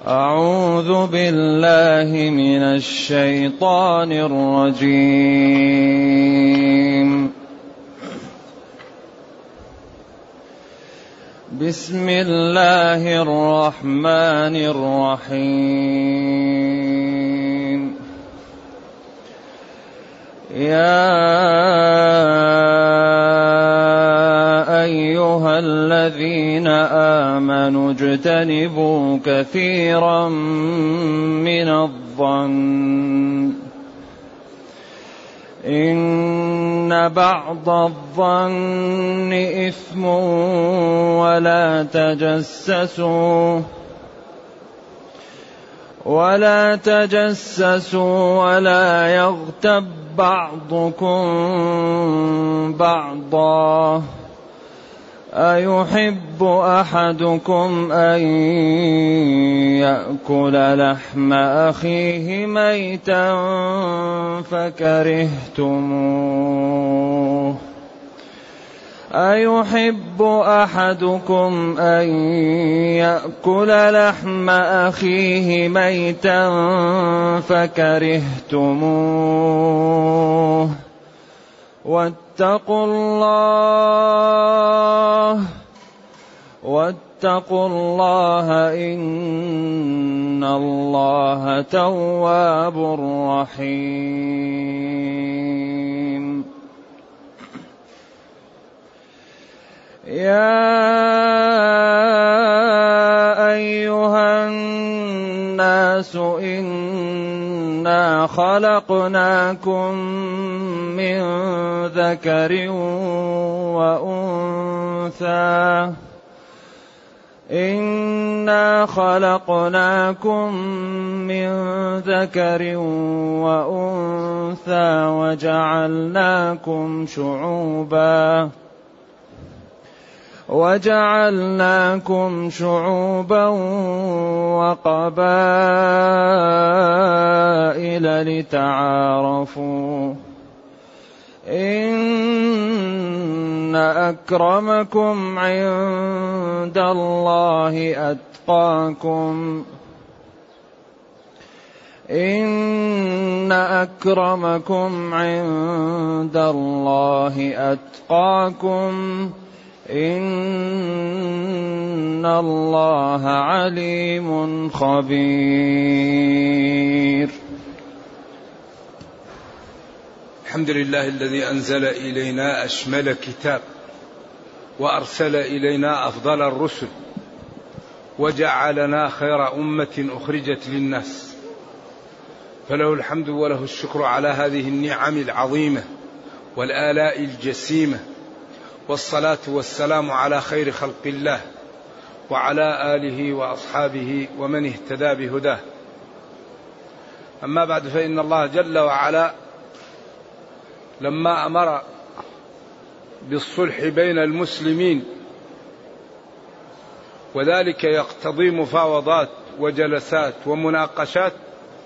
أعوذ بالله من الشيطان الرجيم. بسم الله الرحمن الرحيم. يا أيها الذين آمنوا اجتنبوا كثيرا من الظن إن بعض الظن إثم ولا تجسسوا ولا يغتب بعضكم بعضا أيحب أحدكم أن يأكل لحم أخيه ميتا فكرهتموه أيحب أحدكم أن يأكل لحم أخيه ميتا فكرهتموه واتقوا الله إن الله تواب رحيم. يا أيها الناس إنا خلقناكم من ذكر وأنثى وجعلناكم شعوبا وقبائل لتعارفوا إن أكرمكم عند الله أتقاكم إن الله عليم خبير. الحمد لله الذي أنزل إلينا أشمل كتاب وأرسل إلينا أفضل الرسل وجعلنا خير أمة أخرجت للناس، فله الحمد وله الشكر على هذه النعم العظيمة والآلاء الجسيمة، والصلاة والسلام على خير خلق الله وعلى آله وأصحابه ومن اهتدى بهداه. أما بعد، فإن الله جل وعلا لما أمر بالصلح بين المسلمين وذلك يقتضي مفاوضات وجلسات ومناقشات،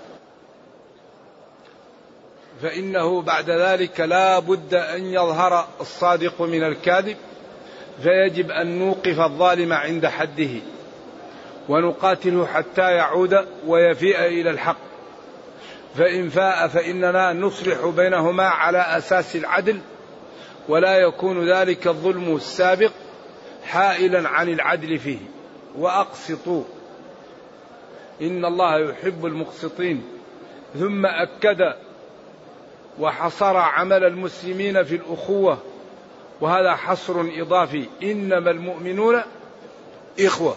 فإنه بعد ذلك لا بد أن يظهر الصادق من الكاذب، فيجب أن نوقف الظالم عند حده ونقاتله حتى يعود ويفيء إلى الحق، فإن فاء فإننا نصلح بينهما على أساس العدل، ولا يكون ذلك الظلم السابق حائلا عن العدل فيه. وأقسطوا إن الله يحب المقسطين. ثم أكد وحصر عمل المسلمين في الأخوة، وهذا حصر إضافي: إنما المؤمنون إخوة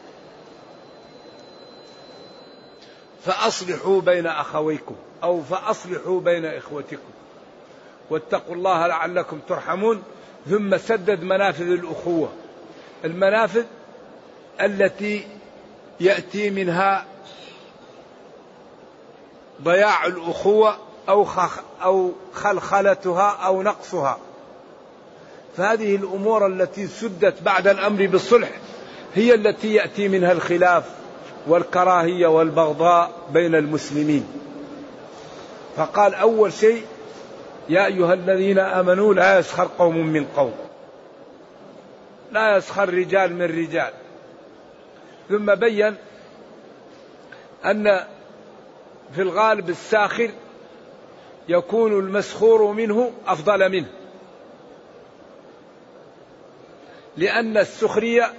فأصلحوا بين أخويكم أو فأصلحوا بين إخوتكم واتقوا الله لعلكم ترحمون. ثم سدد منافذ الأخوة، المنافذ التي يأتي منها ضياع الأخوة أو خلخلتها أو نقصها. فهذه الأمور التي سدت بعد الأمر بالصلح هي التي يأتي منها الخلاف والكراهية والبغضاء بين المسلمين. فقال أول شيء: يا أيها الذين آمنوا لا يسخر قوم من قوم، لا يسخر رجال من رجال. ثم بين أن في الغالب الساخر يكون المسخور منه أفضل منه، لأن السخرية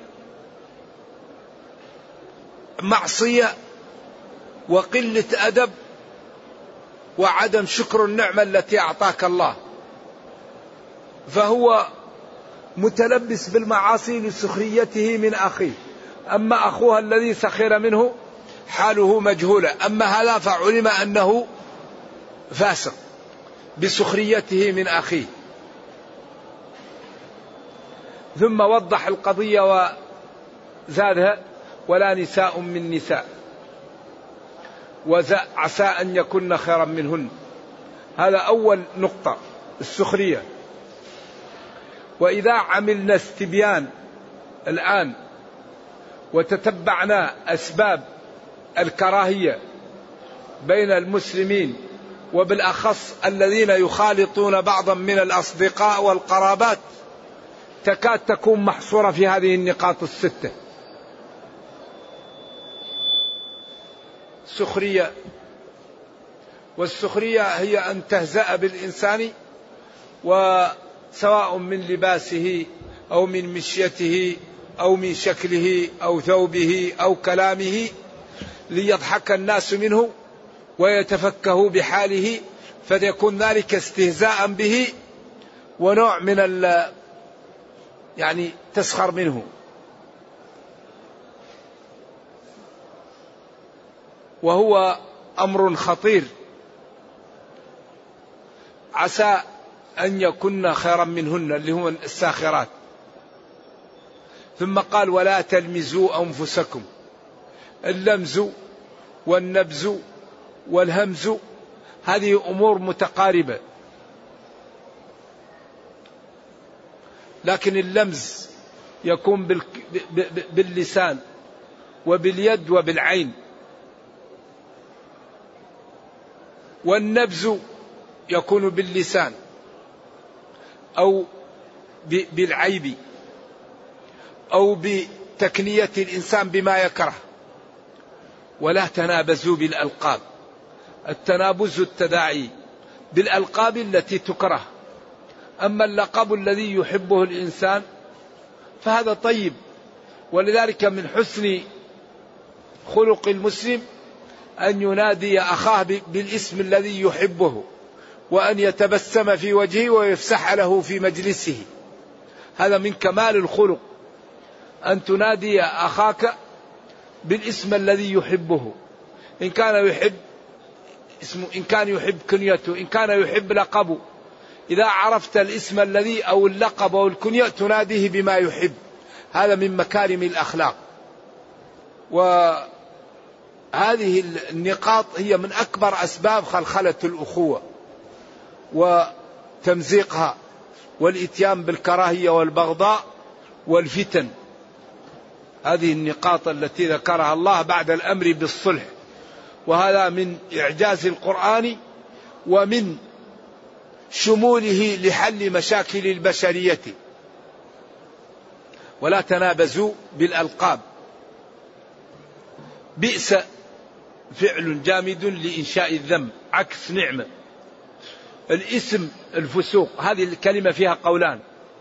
معصية وقلة أدب وعدم شكر النعمة التي أعطاك الله، فهو متلبس بالمعاصي لسخريته من أخيه. أما أخوها الذي سخر منه حاله مجهولة، أما هذا فعلم أنه فاسق بسخريته من أخيه. ثم وضح القضية وزادها: ولا نساء من نساء وعسى أن يكن خيرا منهن. هذا أول نقطة، السخرية. وإذا عملنا استبيان الآن وتتبعنا أسباب الكراهية بين المسلمين، وبالأخص الذين يخالطون بعضا من الأصدقاء والقرابات، تكاد تكون محصورة في هذه النقاط الستة: سخرية. والسخرية هي أن تهزأ بالإنسان، وسواء من لباسه أو من مشيته أو من شكله أو ثوبه أو كلامه، ليضحك الناس منه ويتفكهوا بحاله، فيكون ذلك استهزاء به ونوع من يعني تسخر منه. وهو أمر خطير، عسى أن يكن خيرا منهن، اللي هم الساخرات. ثم قال: ولا تلمزوا أنفسكم. اللمز والنبز والهمز هذه أمور متقاربة، لكن اللمز يكون باللسان وباليد وبالعين، والنبز يكون باللسان أو بالعيب أو بتكنية الإنسان بما يكره. ولا تنابزوا بالألقاب. التنابز التداعي بالألقاب التي تكره، أما اللقب الذي يحبه الإنسان فهذا طيب. ولذلك من حسن خلق المسلم أن ينادي أخاه بالاسم الذي يحبه، وأن يتبسم في وجهه ويفسح له في مجلسه. هذا من كمال الخلق، أن تنادي أخاك بالاسم الذي يحبه، إن كان يحب اسمه، إن كان يحب كنيته، إن كان يحب لقبه. إذا عرفت الاسم الذي أو اللقب أو الكنية تناديه بما يحب. هذا من مكارم الأخلاق. وهذه النقاط هي من أكبر أسباب خلخلة الأخوة وتمزيقها والإتيان بالكراهية والبغضاء والفتن. هذه النقاط التي ذكرها الله بعد الأمر بالصلح، وهذا من إعجاز القرآن ومن شموله لحل مشاكل البشرية. ولا تنابزوا بالألقاب. بئس فعل جامد لإنشاء الذنب، عكس نعمة. الاسم الفسوق، هذه الكلمة فيها قولان.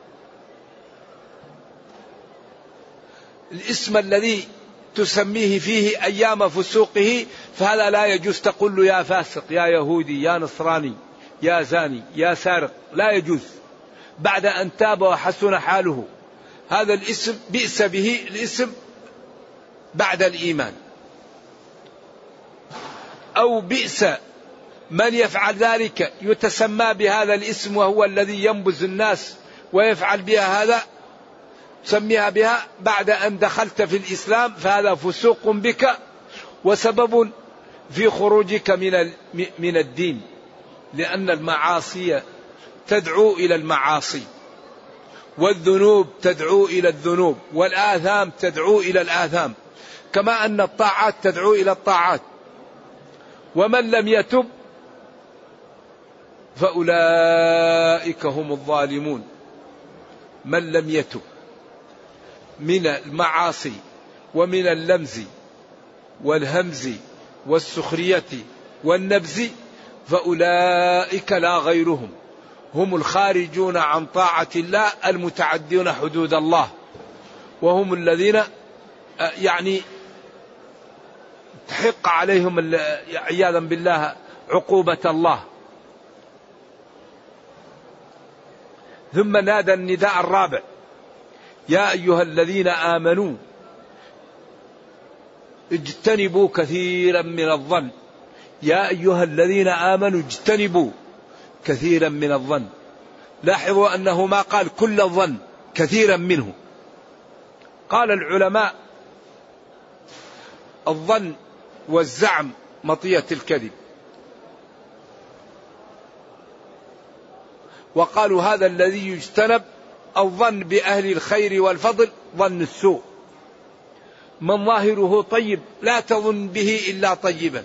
الاسم الذي تسميه فيه أيام فسوقه فهذا لا يجوز تقول له يا فاسق، يا يهودي، يا نصراني، يا زاني، يا سارق، لا يجوز بعد أن تاب وحسن حاله. هذا الاسم بئس به الاسم بعد الإيمان. أو بئس من يفعل ذلك، يتسمى بهذا الاسم وهو الذي ينبذ الناس ويفعل بها هذا، تسميها بها بعد أن دخلت في الإسلام، فهذا فسوق بك وسبب في خروجك من الدين، لأن المعاصي تدعو إلى المعاصي، والذنوب تدعو إلى الذنوب، والآثام تدعو إلى الآثام، كما أن الطاعات تدعو إلى الطاعات. ومن لم يتب فأولئك هم الظالمون. من لم يتب من المعاصي ومن اللمز والهمز والسخرية والنبذ فأولئك لا غيرهم هم الخارجون عن طاعة الله المتعدون حدود الله، وهم الذين يعني تحق عليهم عياذا بالله عقوبة الله. ثم نادى النداء الرابع: يا أيها الذين آمنوا اجتنبوا كثيرا من الظن. يا أيها الذين آمنوا اجتنبوا كثيرا من الظن. لاحظوا أنه ما قال كل الظن، كثيرا منه. قال العلماء: الظن والزعم مطية الكذب، وقالوا هذا الذي يجتنب الظن بأهل الخير والفضل ظن السوء، من ظاهره طيب لا تظن به إلا طيبا.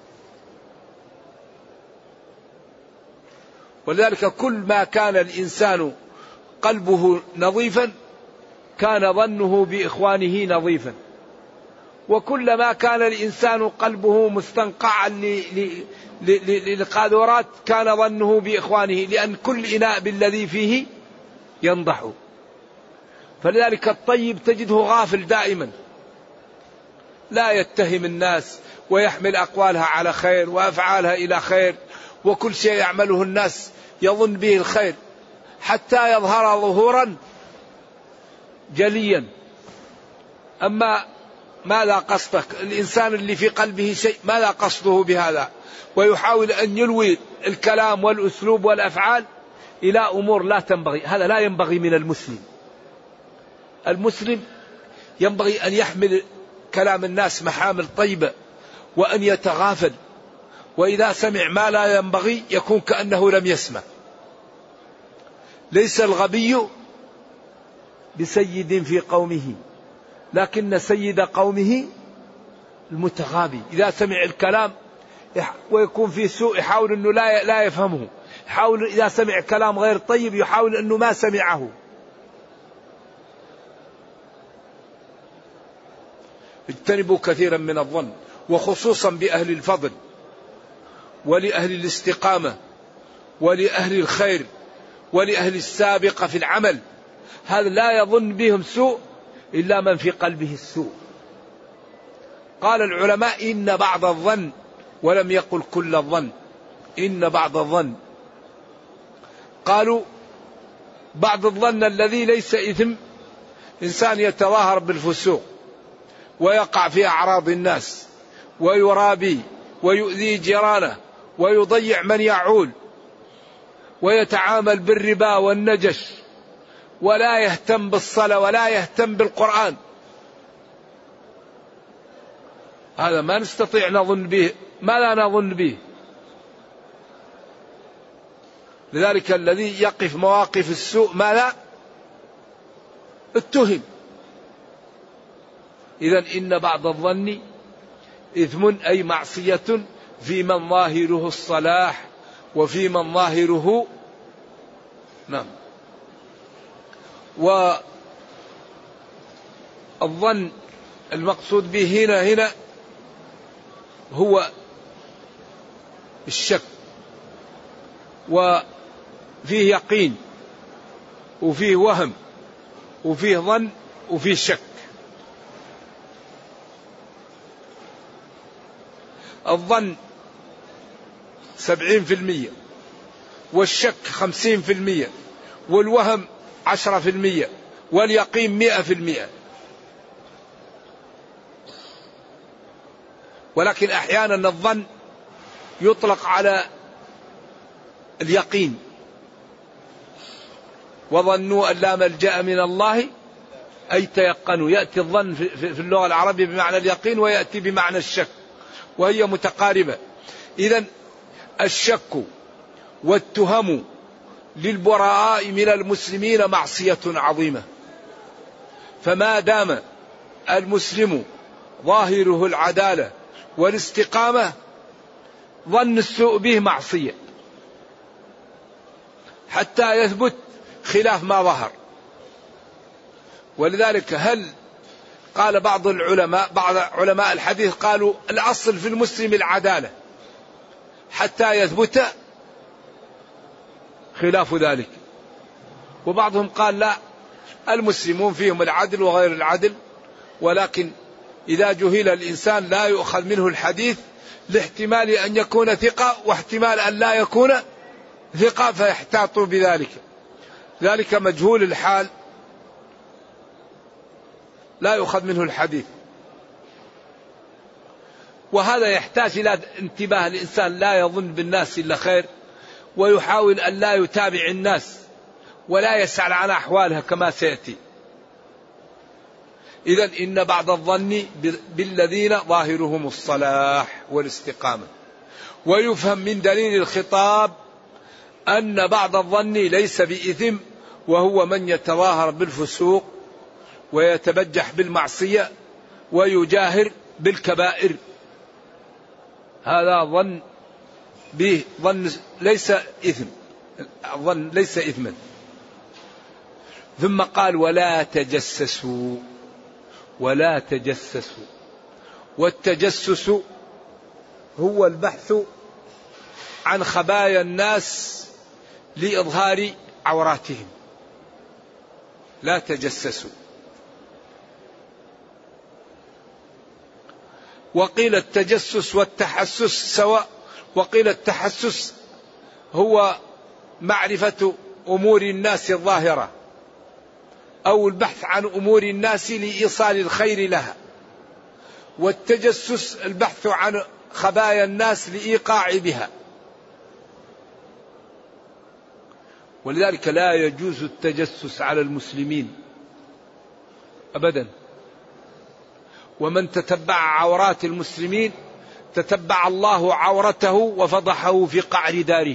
ولذلك كل ما كان الإنسان قلبه نظيفا كان ظنه بإخوانه نظيفا، وكلما كان الإنسان قلبه مستنقعا للقاذورات كان ظنه بإخوانه، لأن كل إناء بالذي فيه ينضح. فلذلك الطيب تجده غافل دائما، لا يتهم الناس ويحمل أقوالها على خير وأفعالها إلى خير، وكل شيء يعمله الناس يظن به الخير حتى يظهر ظهورا جليا. أما ماذا قصدك؟ الإنسان اللي في قلبه شيء ماذا قصده بهذا؟ ويحاول أن يلوي الكلام والأسلوب والأفعال إلى أمور لا تنبغي. هذا لا ينبغي من المسلم. المسلم ينبغي أن يحمل كلام الناس محامل طيبة، وأن يتغافل، وإذا سمع ما لا ينبغي يكون كأنه لم يسمع. ليس الغبي بسيد في قومه، لكن سيد قومه المتغابي. إذا سمع الكلام ويكون فيه سوء يحاول أنه لا يفهمه، يحاول إذا سمع كلام غير طيب يحاول أنه ما سمعه. اجتنبوا كثيرا من الظن، وخصوصا بأهل الفضل ولأهل الاستقامة ولأهل الخير ولأهل السابقة في العمل. هذا لا يظن بهم سوء إلا من في قلبه السوء. قال العلماء: إن بعض الظن، ولم يقل كل الظن، إن بعض الظن. قالوا بعض الظن الذي ليس إثم، إنسان يتظاهر بالفسوق ويقع في أعراض الناس ويرابي ويؤذي جيرانه ويضيع من يعول ويتعامل بالربا والنجش ولا يهتم بالصلاة ولا يهتم بالقرآن، هذا ما نستطيع نظن به. ما لا نظن به. لذلك الذي يقف مواقف السوء ما لا اتهم. إذن إن بعض الظن إثم، أي معصية في من ظاهره الصلاح وفي من ظاهره نعم. والظن المقصود به هنا هو الشك، وفيه يقين وفيه وهم وفيه ظن وفيه شك. الظن 70%، والشك 50%، والوهم 10%، واليقين 100%. ولكن أحيانا الظن يطلق على اليقين. وظنوا أن لا ملجأ من الله أي تيقنوا. يأتي الظن في اللغة العربية بمعنى اليقين، ويأتي بمعنى الشك، وهي متقاربة. إذن الشك والتهم للبراء من المسلمين معصية عظيمة. فما دام المسلم ظاهره العدالة والاستقامة ظن السوء به معصية حتى يثبت خلاف ما ظهر. ولذلك هل قال بعض علماء الحديث قالوا الأصل في المسلم العدالة حتى يثبت خلاف ذلك. وبعضهم قال لا، المسلمون فيهم العدل وغير العدل، ولكن إذا جهل الإنسان لا يؤخذ منه الحديث لاحتمال أن يكون ثقة واحتمال أن لا يكون ثقة فيحتاطوا بذلك. ذلك مجهول الحال لا يؤخذ منه الحديث. وهذا يحتاج إلى انتباه. الإنسان لا يظن بالناس إلا خير، ويحاول أن لا يتابع الناس ولا يسأل عن أحوالها كما سيأتي. إذن إن بعض الظن بالذين ظاهرهم الصلاح والاستقامة. ويفهم من دليل الخطاب أن بعض الظن ليس بإثم، وهو من يتظاهر بالفسوق ويتبجح بالمعصية ويجاهر بالكبائر، هذا ظن به ظن ليس إثم، الظن ليس إثما. ثم قال ولا تجسسوا، ولا تجسسوا. والتجسس هو البحث عن خبايا الناس لإظهار عوراتهم. لا تجسسوا. وقيل التجسس والتحسس سواء، وقيل التحسس هو معرفة أمور الناس الظاهرة أو البحث عن أمور الناس لإيصال الخير لها، والتجسس البحث عن خبايا الناس لإيقاع بها. ولذلك لا يجوز التجسس على المسلمين أبدا. ومن تتبع عورات المسلمين تتبع الله عورته وفضحه في قعر داره.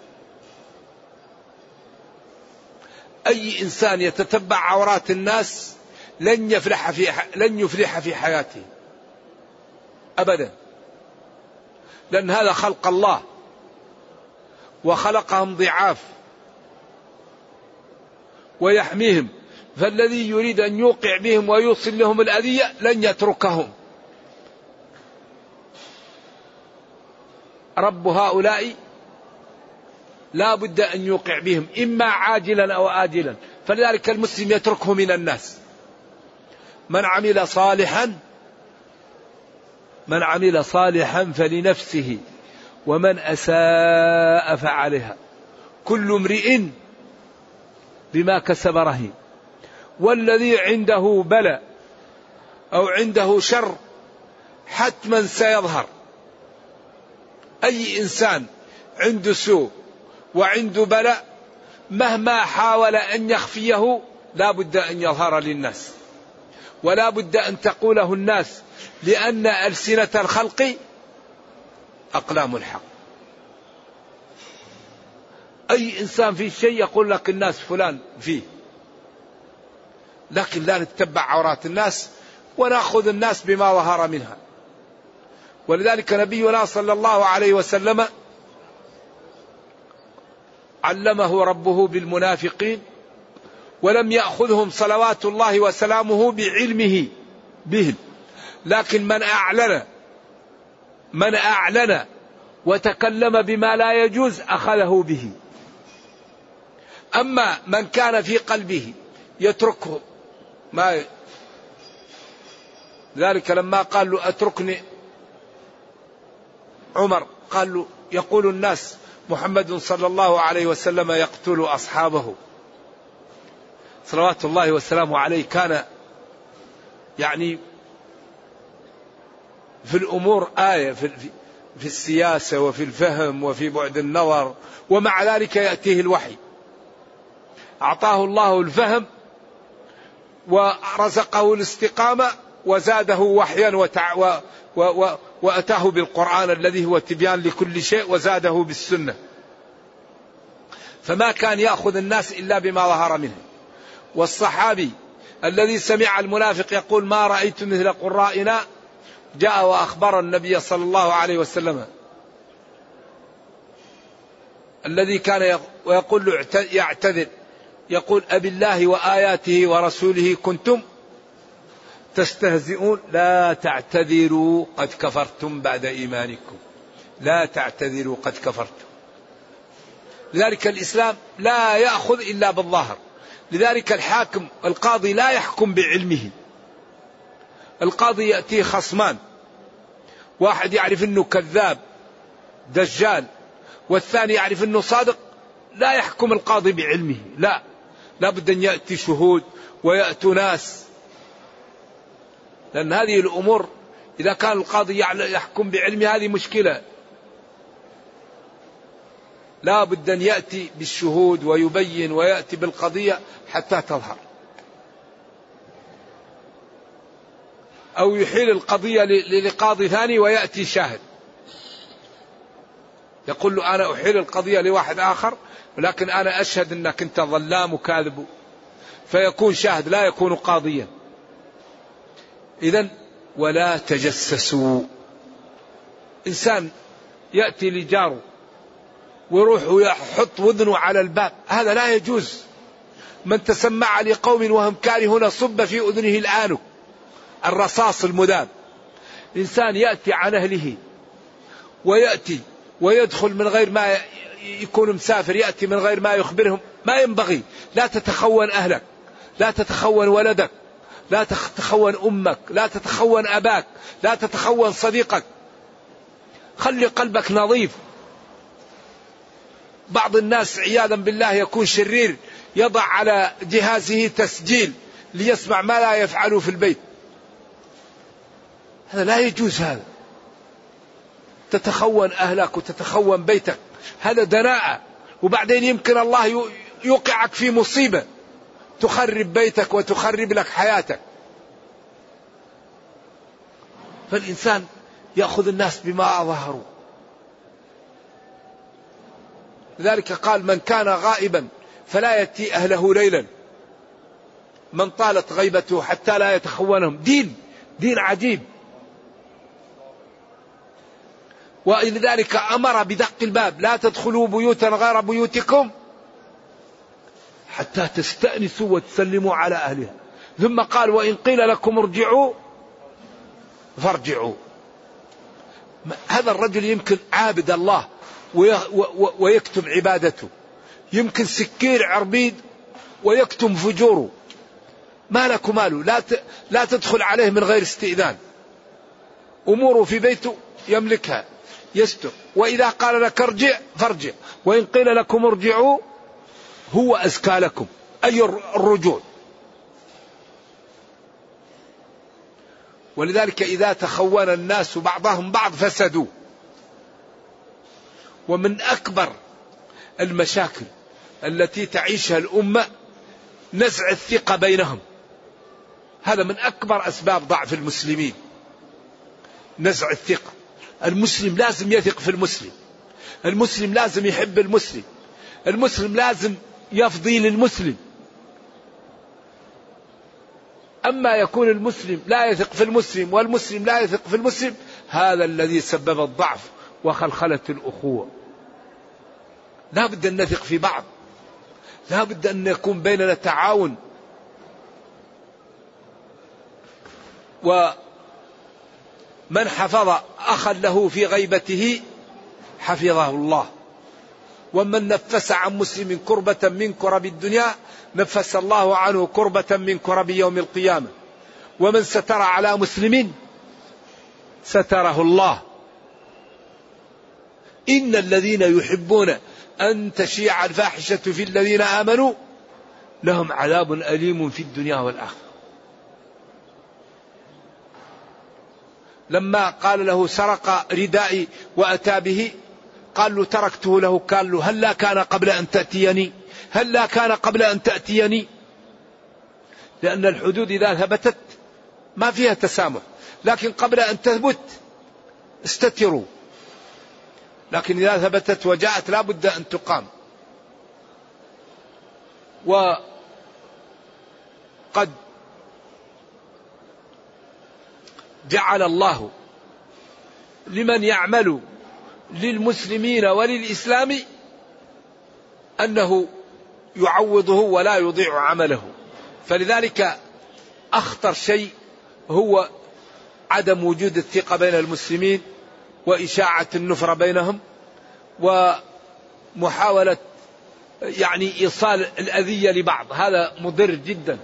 أي إنسان يتتبع عورات الناس لن يفلح في حياته أبدا، لأن هذا خلق الله وخلقهم ضعاف ويحميهم، فالذي يريد أن يوقع بهم ويوصل لهم الأذية لن يتركهم. رب هؤلاء لا بد أن يوقع بهم إما عاجلا أو آجلا، فلذلك المسلم يتركه من الناس. من عمل صالحا فلنفسه ومن أساء فعليها، كل امرئ بما كسب رهين. والذي عنده بلاء أو عنده شر حتما سيظهر. أي إنسان عنده سوء وعنده بلاء مهما حاول أن يخفيه لا بد أن يظهر للناس، ولا بد أن تقوله الناس، لأن ألسنة الخلق أقلام الحق. أي إنسان في شيء يقول لك الناس فلان فيه، لكن لا نتبع عورات الناس ونأخذ الناس بما ظهر منها. ولذلك نبينا صلى الله عليه وسلم علمه ربه بالمنافقين ولم يأخذهم صلوات الله وسلامه بعلمه بهم، لكن من أعلن وتكلم بما لا يجوز أخذه به. أما من كان في قلبه يتركه ما ذلك لما قال له أتركني عمر، قال له يقول الناس محمد صلى الله عليه وسلم يقتل أصحابه صلوات الله وسلامه عليه. كان يعني في الأمور آية في السياسة وفي الفهم وفي بعد النظر، ومع ذلك يأتيه الوحي. أعطاه الله الفهم ورزقه الاستقامة وزاده وحيا وأتاه بالقرآن الذي هو تبيان لكل شيء وزاده بالسنة. فما كان يأخذ الناس إلا بما ظهر منه. والصحابي الذي سمع المنافق يقول ما رأيت مثل قرائنا جاء وأخبر النبي صلى الله عليه وسلم، الذي كان ويقول له يعتذر يقول أبي الله وآياته ورسوله كنتم تستهزئون لا تعتذروا قد كفرتم بعد إيمانكم، لا تعتذروا قد كفرتم. لذلك الإسلام لا يأخذ إلا بالظاهر. لذلك الحاكم القاضي لا يحكم بعلمه. القاضي يأتي خصمان، واحد يعرف أنه كذاب دجال والثاني يعرف أنه صادق، لا يحكم القاضي بعلمه، لا بد أن يأتي شهود ويأتوا ناس، لأن هذه الأمور إذا كان القاضي يحكم بعلمه هذه مشكلة. لا بد أن يأتي بالشهود ويبين ويأتي بالقضية حتى تظهر، أو يحيل القضية لقاضي ثاني ويأتي شاهد يقول له أنا أحيل القضية لواحد آخر ولكن أنا أشهد أنك أنت ظلام وكاذب، فيكون شاهد لا يكون قاضيا. إذن ولا تجسسوا. إنسان يأتي لجاره ويروح ويحط وذنه على الباب، هذا لا يجوز. من تسمع لقوم وهم كارهون صب في أذنه الآنك، الرصاص المذاب. إنسان يأتي عن أهله ويأتي ويدخل من غير ما يكون مسافر، يأتي من غير ما يخبرهم، ما ينبغي. لا تتخون أهلك، لا تتخون ولدك، لا تتخون أمك، لا تتخون أباك، لا تتخون صديقك. خلي قلبك نظيف. بعض الناس عياذا بالله يكون شرير، يضع على جهازه تسجيل ليسمع ما لا يفعله في البيت، هذا لا يجوز. هذا تتخون أهلك وتتخون بيتك، هذا دناءة، وبعدين يمكن الله يوقعك في مصيبة تخرب بيتك وتخرب لك حياتك. فالإنسان يأخذ الناس بما أظهروا. لذلك قال من كان غائبا فلا يأتي أهله ليلا، من طالت غيبته حتى لا يتخونهم. دين عجيب. ولذلك أمر بدق الباب، لا تدخلوا بيوتا غير بيوتكم حتى تستأنسوا وتسلموا على أهلها. ثم قال وإن قيل لكم ارجعوا فارجعوا. هذا الرجل يمكن عابد الله ويكتم عبادته، يمكن سكير عربيد ويكتم فجوره، ما لك ماله. لا تدخل عليه من غير استئذان، أموره في بيته يملكها يستر. وإذا قال لك ارجع فارجع، وإن قيل لكم ارجعوا هو أزكى لكم، أي الرجوع. ولذلك إذا تخون الناس بعضهم بعض فسدوا. ومن أكبر المشاكل التي تعيشها الأمة نزع الثقة بينهم، هذا من أكبر أسباب ضعف المسلمين، نزع الثقة. المسلم لازم يثق في المسلم، المسلم لازم يحب المسلم، المسلم لازم يفضي للمسلم. أما يكون المسلم لا يثق في المسلم والمسلم لا يثق في المسلم، هذا الذي سبب الضعف وخلخلة الأخوة. لا بد أن نثق في بعض، لا بد أن يكون بيننا تعاون. ومن حفظ أخا له في غيبته حفظه الله، ومن نفس عن مسلم كربة من كرب الدنيا نفس الله عنه كربة من كرب يوم القيامة، ومن ستر على مسلم ستره الله. إن الذين يحبون أن تشيع الفاحشة في الذين آمنوا لهم عذاب أليم في الدنيا والآخرة. لما قال له سرق ردائي وأتى به قال له تركته له، قال له هلا كان قبل أن تأتيني، هلا كان قبل أن تأتيني. لأن الحدود إذا ثبتت ما فيها تسامح، لكن قبل أن تثبت استتروا، لكن إذا ثبتت وجاءت لا بد أن تقام. وقد جعل الله لمن يعمل للمسلمين وللإسلام أنه يعوضه ولا يضيع عمله. فلذلك أخطر شيء هو عدم وجود الثقة بين المسلمين وإشاعة النفرة بينهم ومحاولة يعني إيصال الأذية لبعض، هذا مضر جدا.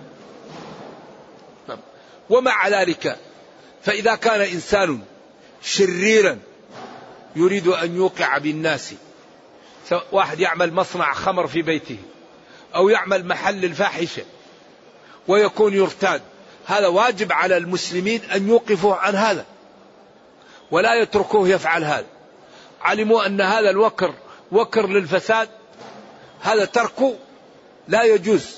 ومع ذلك فإذا كان إنسان شريرا يريد أن يوقع بالناس، واحد يعمل مصنع خمر في بيته أو يعمل محل الفاحشة ويكون يرتاد، هذا واجب على المسلمين أن يوقفوا عن هذا ولا يتركوه يفعل هذا. علموا أن هذا الوكر وكر للفساد، هذا تركه لا يجوز،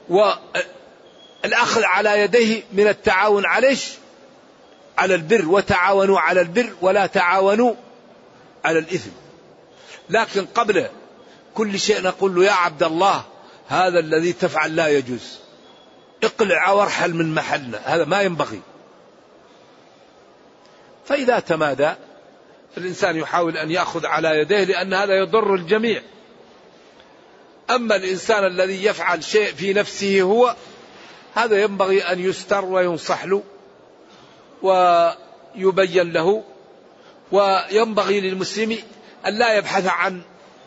والأخذ على يديه من التعاون على البر، وتعاونوا على البر ولا تعاونوا على الإثم. لكن قبل كل شيء نقول له يا عبد الله هذا الذي تفعل لا يجوز، اقلع وارحل من محلنا، هذا ما ينبغي. فإذا تمادى الإنسان يحاول أن يأخذ على يديه، لأن هذا يضر الجميع. أما الإنسان الذي يفعل شيء في نفسه هو، هذا ينبغي أن يستر وينصح له ويبين له. وينبغي للمسلم أن لا يبحث عن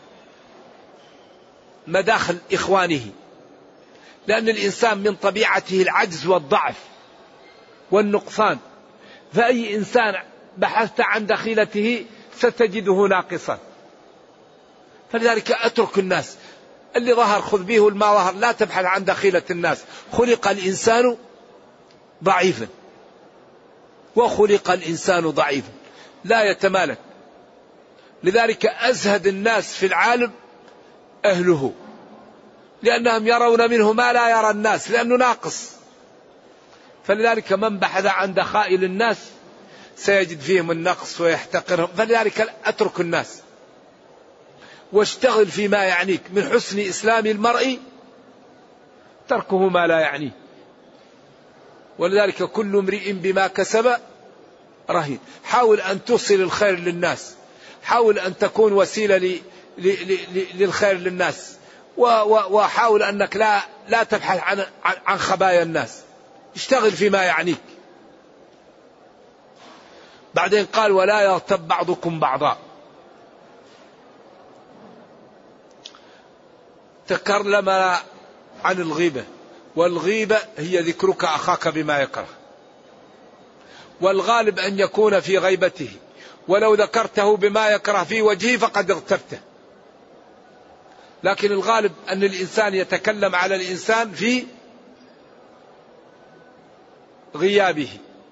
مداخل إخوانه، لأن الإنسان من طبيعته العجز والضعف والنقصان، فأي إنسان بحثت عن دخيلته ستجده ناقصا. فلذلك أترك الناس، اللي ظهر خذ به والما ظهر، لا تبحث عن دخيلة الناس. خلق الإنسان ضعيفا وخلق الإنسان ضعيفا لا يتمالك. لذلك أزهد الناس في العالم أهله، لأنهم يرون منه ما لا يرى الناس، لأنه ناقص. فلذلك من بحث عن دخائل الناس سيجد فيهم النقص ويحتقرهم. فلذلك أترك الناس واشتغل فيما يعنيك. من حسن إسلام المرء تركه ما لا يعنيه. ولذلك كل امرئ بما كسب رهين. حاول أن توصل الخير للناس، حاول أن تكون وسيلة للخير للناس، وحاول أنك لا تبحث عن خبايا الناس، اشتغل فيما يعنيك. بعدين قال ولا يغتب بعضكم بعضا. تكلم عن الغيبة، والغيبة هي ذكرك أخاك بما يكره، والغالب أن يكون في غيبته، ولو ذكرته بما يكره في وجهه فقد اغتبته. لكن الغالب أن الإنسان يتكلم على الإنسان في غيابه.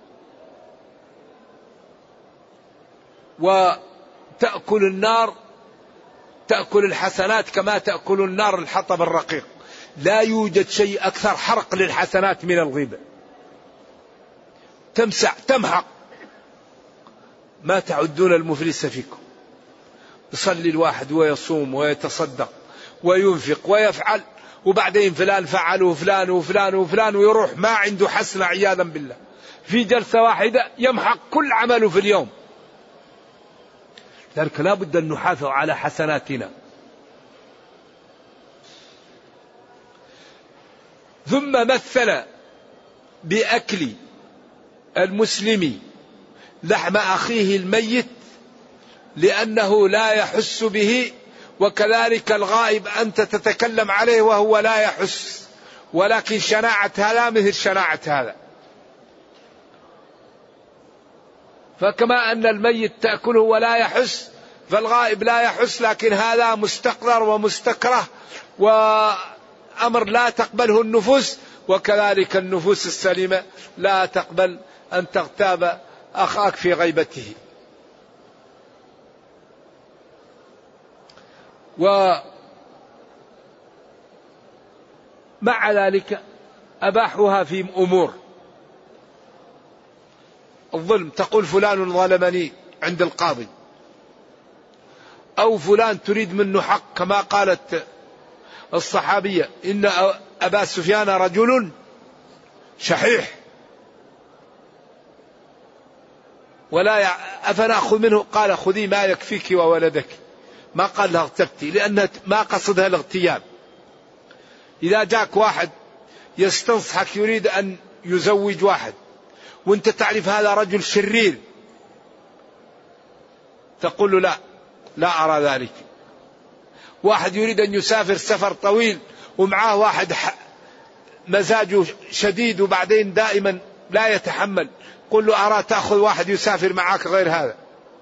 وتأكل النار، تأكل الحسنات كما تأكل النار الحطب الرقيق. لا يوجد شيء أكثر حرق للحسنات من الغيبة. تمحق. ما تعدون المفلس فيكم. يصلي الواحد ويصوم ويتصدق وينفق ويفعل، وبعدين فلان فعل وفلان وفلان وفلان، ويروح ما عنده حسنة عياذا بالله، في جلسة واحدة يمحق كل عمله في اليوم. لذلك لا بد أن نحافظ على حسناتنا. ثم مثل بأكل المسلم لحم أخيه الميت لأنه لا يحس به، وكذلك الغائب أنت تتكلم عليه وهو لا يحس، ولكن شناعة هذا مثل شناعة هذا. فكما أن الميت تأكله ولا يحس، فالغائب لا يحس، لكن هذا مستقذر ومستكره وأمر لا تقبله النفوس. وكذلك النفوس السليمة لا تقبل أن تغتاب أخاك في غيبته. ومع ذلك أباحوها في أمور الظلم. تقول فلان ظلمني عند القاضي، أو فلان تريد منه حق، كما قالت الصحابية إن أبا سفيان رجل شحيح ولا أفنأخذ منه، قال خذي ما يكفيك وولدك. ما قال لها اغتبتي، لأن ما قصدها الاغتياب. إذا جاك واحد يستنصحك يريد أن يزوج واحد وانت تعرف هذا رجل شرير، تقول له لا أرى ذلك. واحد يريد أن يسافر سفر طويل ومعاه واحد مزاجه شديد وبعدين دائما لا يتحمل، قل له أرى تأخذ واحد يسافر معك غير هذا.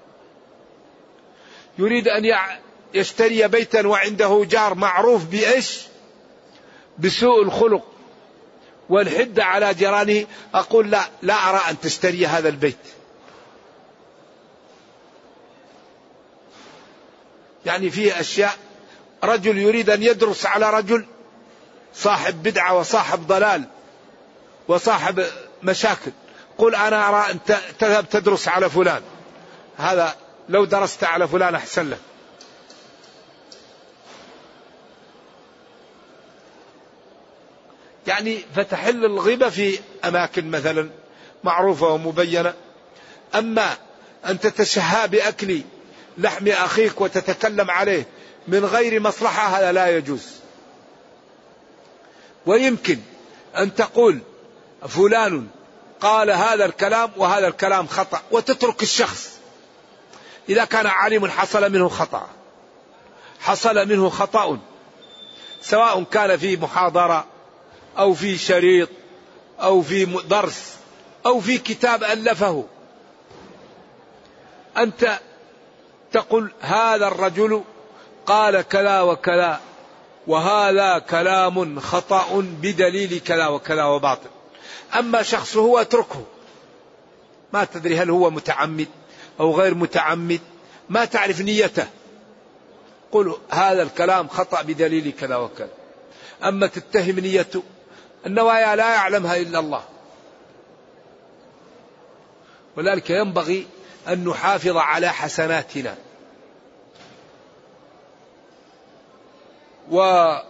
يريد أن يشتري بيتا وعنده جار معروف بإيش؟ بسوء الخلق والحدة على جيرانه، أقول لا أرى أن تشتري هذا البيت. يعني فيه أشياء. رجل يريد أن يدرس على رجل صاحب بدعة وصاحب ضلال وصاحب مشاكل، قل أنا أرى أن تذهب تدرس على فلان، هذا لو درست على فلان أحسن لك. يعني فتحل الغيبة في أماكن مثلا معروفة ومبينة. أما أن تتشهى بأكل لحم أخيك وتتكلم عليه من غير مصلحة، هذا لا يجوز. ويمكن أن تقول فلان قال هذا الكلام وهذا الكلام خطأ، وتترك الشخص. إذا كان عالم حصل منه خطأ سواء كان في محاضرة أو في شريط أو في درس أو في كتاب ألفه، أنت تقول هذا الرجل قال كذا وكذا وهذا كلام خطأ بدليل كذا وكذا وباطل. أما شخص هو اتركه، ما تدري هل هو متعمد أو غير متعمد، ما تعرف نيته، قل هذا الكلام خطأ بدليل كذا وكذا. أما تتهم نيته، النوايا لا يعلمها إلا الله. ولذلك ينبغي أن نحافظ على حسناتنا، ولا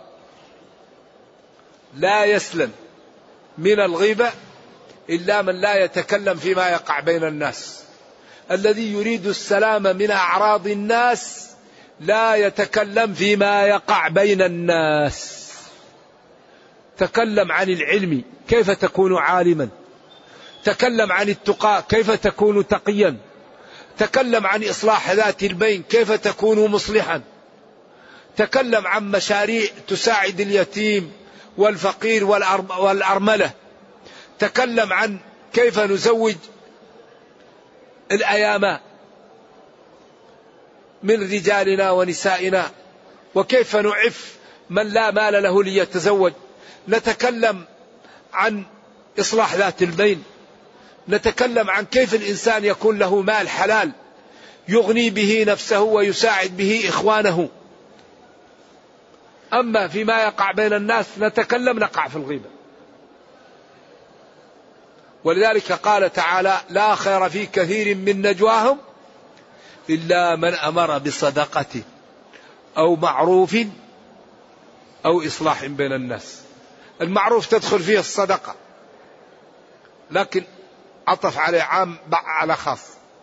يسلم من الغيبة إلا من لا يتكلم فيما يقع بين الناس. الذي يريد السلام من أعراض الناس لا يتكلم فيما يقع بين الناس. تكلم عن العلم كيف تكون عالما، تكلم عن التقى كيف تكون تقيا، تكلم عن إصلاح ذات البين كيف تكون مصلحا، تكلم عن مشاريع تساعد اليتيم والفقير والأرملة، تكلم عن كيف نزوج الأيام من رجالنا ونسائنا، وكيف نعف من لا مال له ليتزوج. نتكلم عن إصلاح ذات البين، نتكلم عن كيف الإنسان يكون له مال حلال يغني به نفسه ويساعد به إخوانه. أما فيما يقع بين الناس نتكلم، نقع في الغيبة. ولذلك قال تعالى لا خير في كثير من نجواهم إلا من أمر بصدقة أو معروف أو إصلاح بين الناس. المعروف تدخل فيه الصدقة، لكن عطف عليه عام على خاص.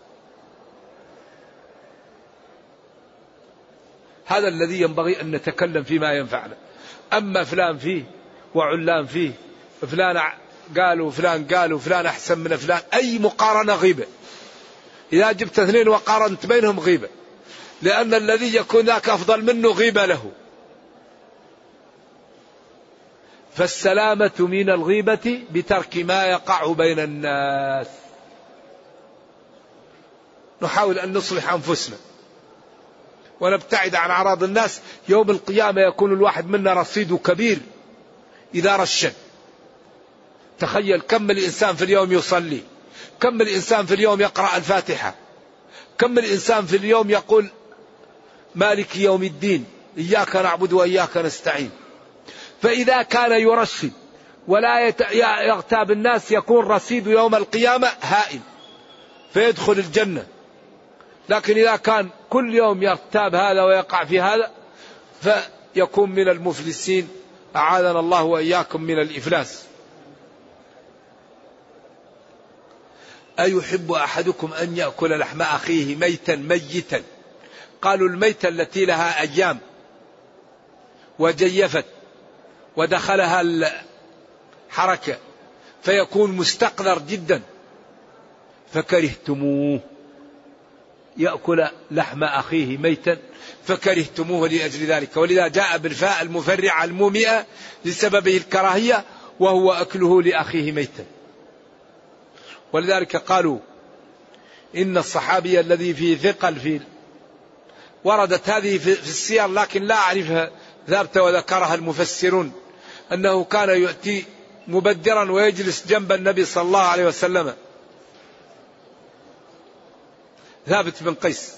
هذا الذي ينبغي أن نتكلم فيما ينفعنا. أما فلان فيه وعلان فيه، فلان قالوا فلان قالوا فلان أحسن من فلان، أي مقارنة غيبة. إذا جبت اثنين وقارنت بينهم غيبة، لأن الذي يكون ذاك أفضل منه غيبة له. فالسلامة من الغيبة بترك ما يقع بين الناس. نحاول أن نصلح أنفسنا ونبتعد عن أعراض الناس. يوم القيامة يكون الواحد منا رصيده كبير إذا رشد. تخيل كم الإنسان في اليوم يصلي، كم الإنسان في اليوم يقرأ الفاتحة، كم الإنسان في اليوم يقول مالك يوم الدين إياك نعبد وإياك نستعين. فإذا كان يرشد ولا يغتاب الناس يكون رصيد يوم القيامة هائل فيدخل الجنة. لكن إذا كان كل يوم يغتاب هذا ويقع في هذا فيكون من المفلسين، أعاذنا الله وإياكم من الإفلاس. أيحب أحدكم أن يأكل لحم أخيه ميتا؟ قالوا الميتة التي لها أيام وجيفت ودخلها الحركة فيكون مستقذر جدا فكرهتموه، يأكل لحم أخيه ميتا فكرهتموه لأجل ذلك، ولذا جاء بالفاء المفرعة المومئة لسببه الكراهية وهو أكله لأخيه ميتا. ولذلك قالوا إن الصحابي الذي فيه ثقل وردت هذه في السير لكن لا أعرفها ثابتة وذكرها المفسرون، أنه كان يأتي مبدرا ويجلس جنب النبي صلى الله عليه وسلم، ثابت بن قيس.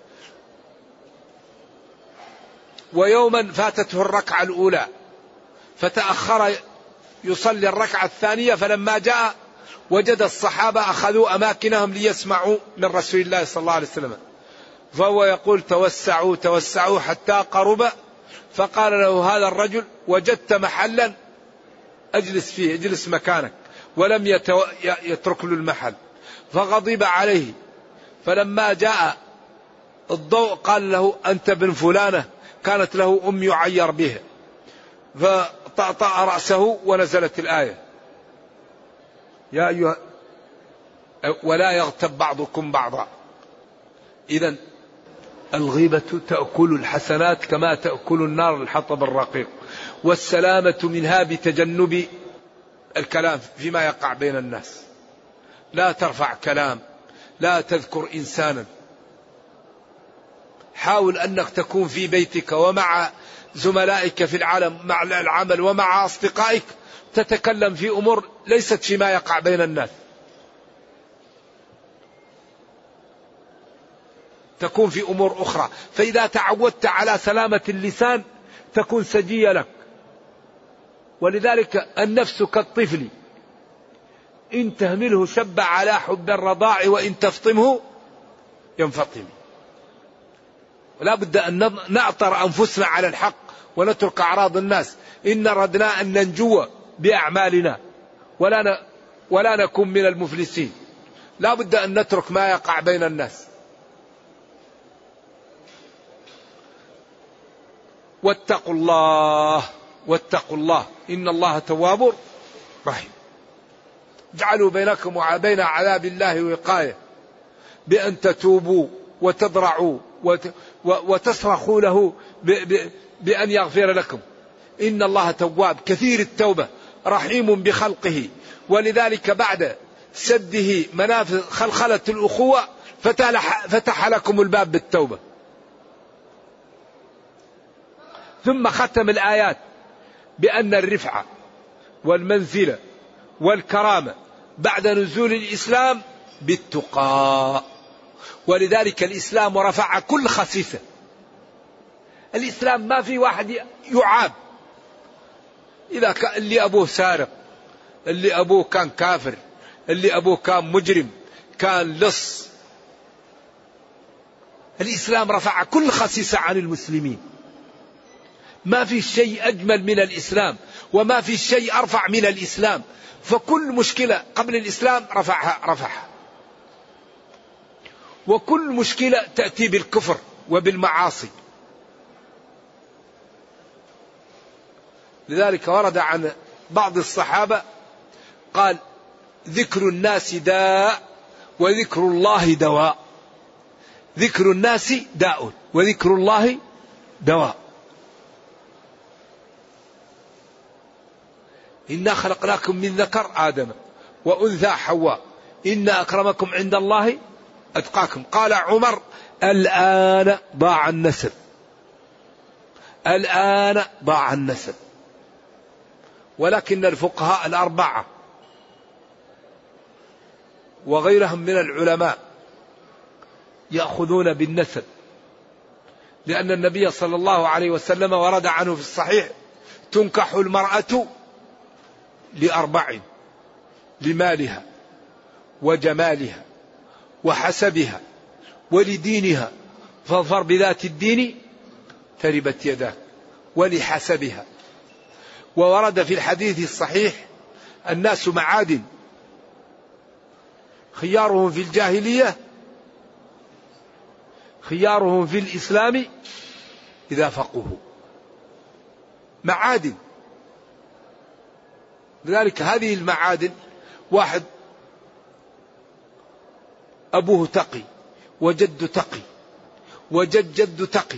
ويوما فاتته الركعة الأولى فتأخر يصلي الركعة الثانية، فلما جاء وجد الصحابة أخذوا أماكنهم ليسمعوا من رسول الله صلى الله عليه وسلم، فهو يقول توسعوا توسعوا حتى قرب، فقال له هذا الرجل وجدت محلا أجلس فيه، اجلس مكانك، ولم يترك له المحل، فغضب عليه. فلما جاء الضوء قال له أنت بن فلانة كانت له أم يعير بها، فطأطأ رأسه ونزلت الآية يا أيها ولا يغتب بعضكم بعضا. إذن الغيبة تأكل الحسنات كما تأكل النار الحطب الرقيق، والسلامة منها بتجنب الكلام فيما يقع بين الناس. لا ترفع كلام، لا تذكر إنسانا. حاول أنك تكون في بيتك ومع زملائك في العمل ومع أصدقائك تتكلم في أمور ليست فيما يقع بين الناس، تكون في أمور أخرى. فإذا تعودت على سلامة اللسان تكون سجية لك. ولذلك النفس كالطفل إن تهمله شب على حب الرضاع وإن تفطمه ينفطم. ولا بد أن نعطر أنفسنا على الحق ونترك أعراض الناس. إن أردنا أن ننجو بأعمالنا ولا نكون من المفلسين. لا بد أن نترك ما يقع بين الناس. واتقوا الله إن الله تواب رحيم. اجعلوا بينكم وبين عذاب الله وقاية بأن تتوبوا وتضرعوا وتصرخوا له بأن يغفر لكم. إن الله تواب كثير التوبة رحيم بخلقه. ولذلك بعد سده منافذ خلخلة الأخوة فتح لكم الباب بالتوبة. ثم ختم الآيات بأن الرفعة والمنزلة والكرامة بعد نزول الإسلام بالتقى. ولذلك الإسلام رفع كل خسيسة. الإسلام ما في واحد يعاب. إذا كان اللي أبوه سارق، اللي أبوه كان كافر، اللي أبوه كان مجرم، كان لص، الإسلام رفع كل خسيسة عن المسلمين. ما في شيء أجمل من الإسلام، وما في شيء أرفع من الإسلام. فكل مشكلة قبل الإسلام رفعها. وكل مشكلة تأتي بالكفر وبالمعاصي. لذلك ورد عن بعض الصحابة قال ذكر الناس داء وذكر الله دواء. ذكر الناس داء وذكر الله دواء. إنا خلقناكم من ذكر آدم وأنثى حواء إن أكرمكم عند الله أتقاكم. قال عمر الآن ضاع النسل، الآن ضاع النسل. ولكن الفقهاء الأربعة وغيرهم من العلماء يأخذون بالنسل، لأن النبي صلى الله عليه وسلم ورد عنه في الصحيح تنكح المرأة لأربع: لمالها وجمالها وحسبها ولدينها فاظفر بذات الدين تربت يداك، ولحسبها. وورد في الحديث الصحيح الناس معادن خيارهم في الجاهلية خيارهم في الإسلام إذا فقهوا. معادن. لذلك هذه المعادن واحد أبوه تقي وجد تقي وجد جد تقي.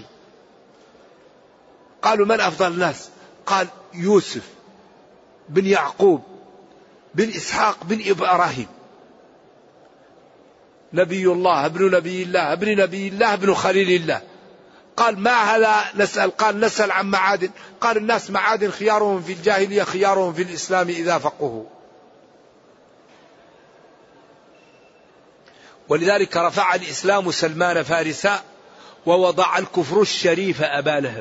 قالوا من أفضل الناس؟ قال يوسف بن يعقوب بن إسحاق بن إبراهيم، نبي الله ابن نبي الله ابن نبي الله ابن خليل الله. قال ما هذا نسأل؟ قال نسأل عن معادن. قال الناس معادن خيارهم في الجاهلية خيارهم في الإسلام إذا فقهوا. ولذلك رفع الإسلام سلمان فارسا ووضع الكفر الشريف أبا لهب.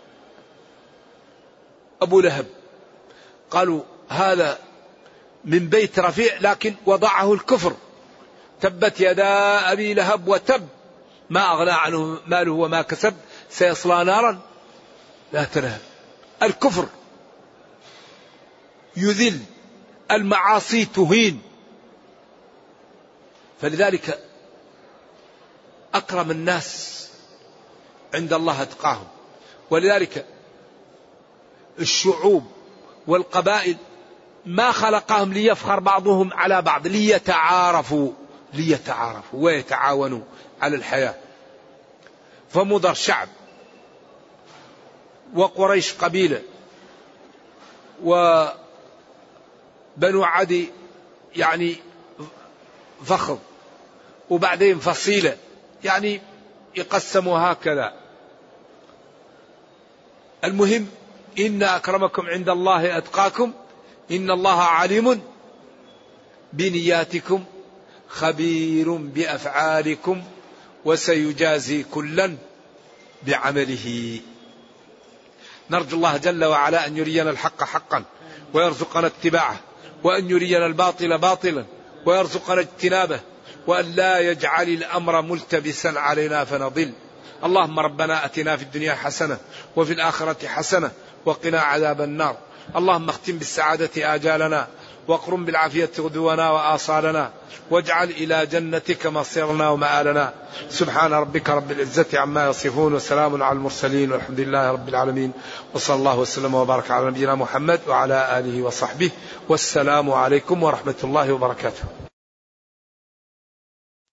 أبو لهب قالوا هذا من بيت رفيع لكن وضعه الكفر. تبت يدا أبي لهب وتب ما أغنى عنه ماله وما كسب سيصلى نارا لا تلهب. الكفر يذل، المعاصي تهين. فلذلك أكرم الناس عند الله أتقاهم. ولذلك الشعوب والقبائل ما خلقهم ليفخر بعضهم على بعض، ليتعارفوا ويتعاونوا على الحياة. فمضر شعب، وقريش قبيلة، وبنو عدي يعني فخذ، وبعدين فصيلة، يعني يقسموا هكذا. المهم إن أكرمكم عند الله أتقاكم إن الله عليم بنياتكم خبير بأفعالكم وسيجازي كلا بعمله. نرجو الله جل وعلا أن يرينا الحق حقا ويرزقنا اتباعه، وأن يرينا الباطل باطلا ويرزقنا اجتنابه، وأن لا يجعل الأمر ملتبسا علينا فنضل. اللهم ربنا أتنا في الدنيا حسنة وفي الآخرة حسنة وقنا عذاب النار. اللهم اختم بالسعادة آجالنا واقرم بالعافية غدونا وآصالنا، واجعل إلى جنتك مصيرنا ومآلنا. سبحان ربك رب العزة عما يصفون وسلام على المرسلين والحمد لله رب العالمين، وصلى الله وسلم وبارك على نبينا محمد وعلى آله وصحبه، والسلام عليكم ورحمة الله وبركاته.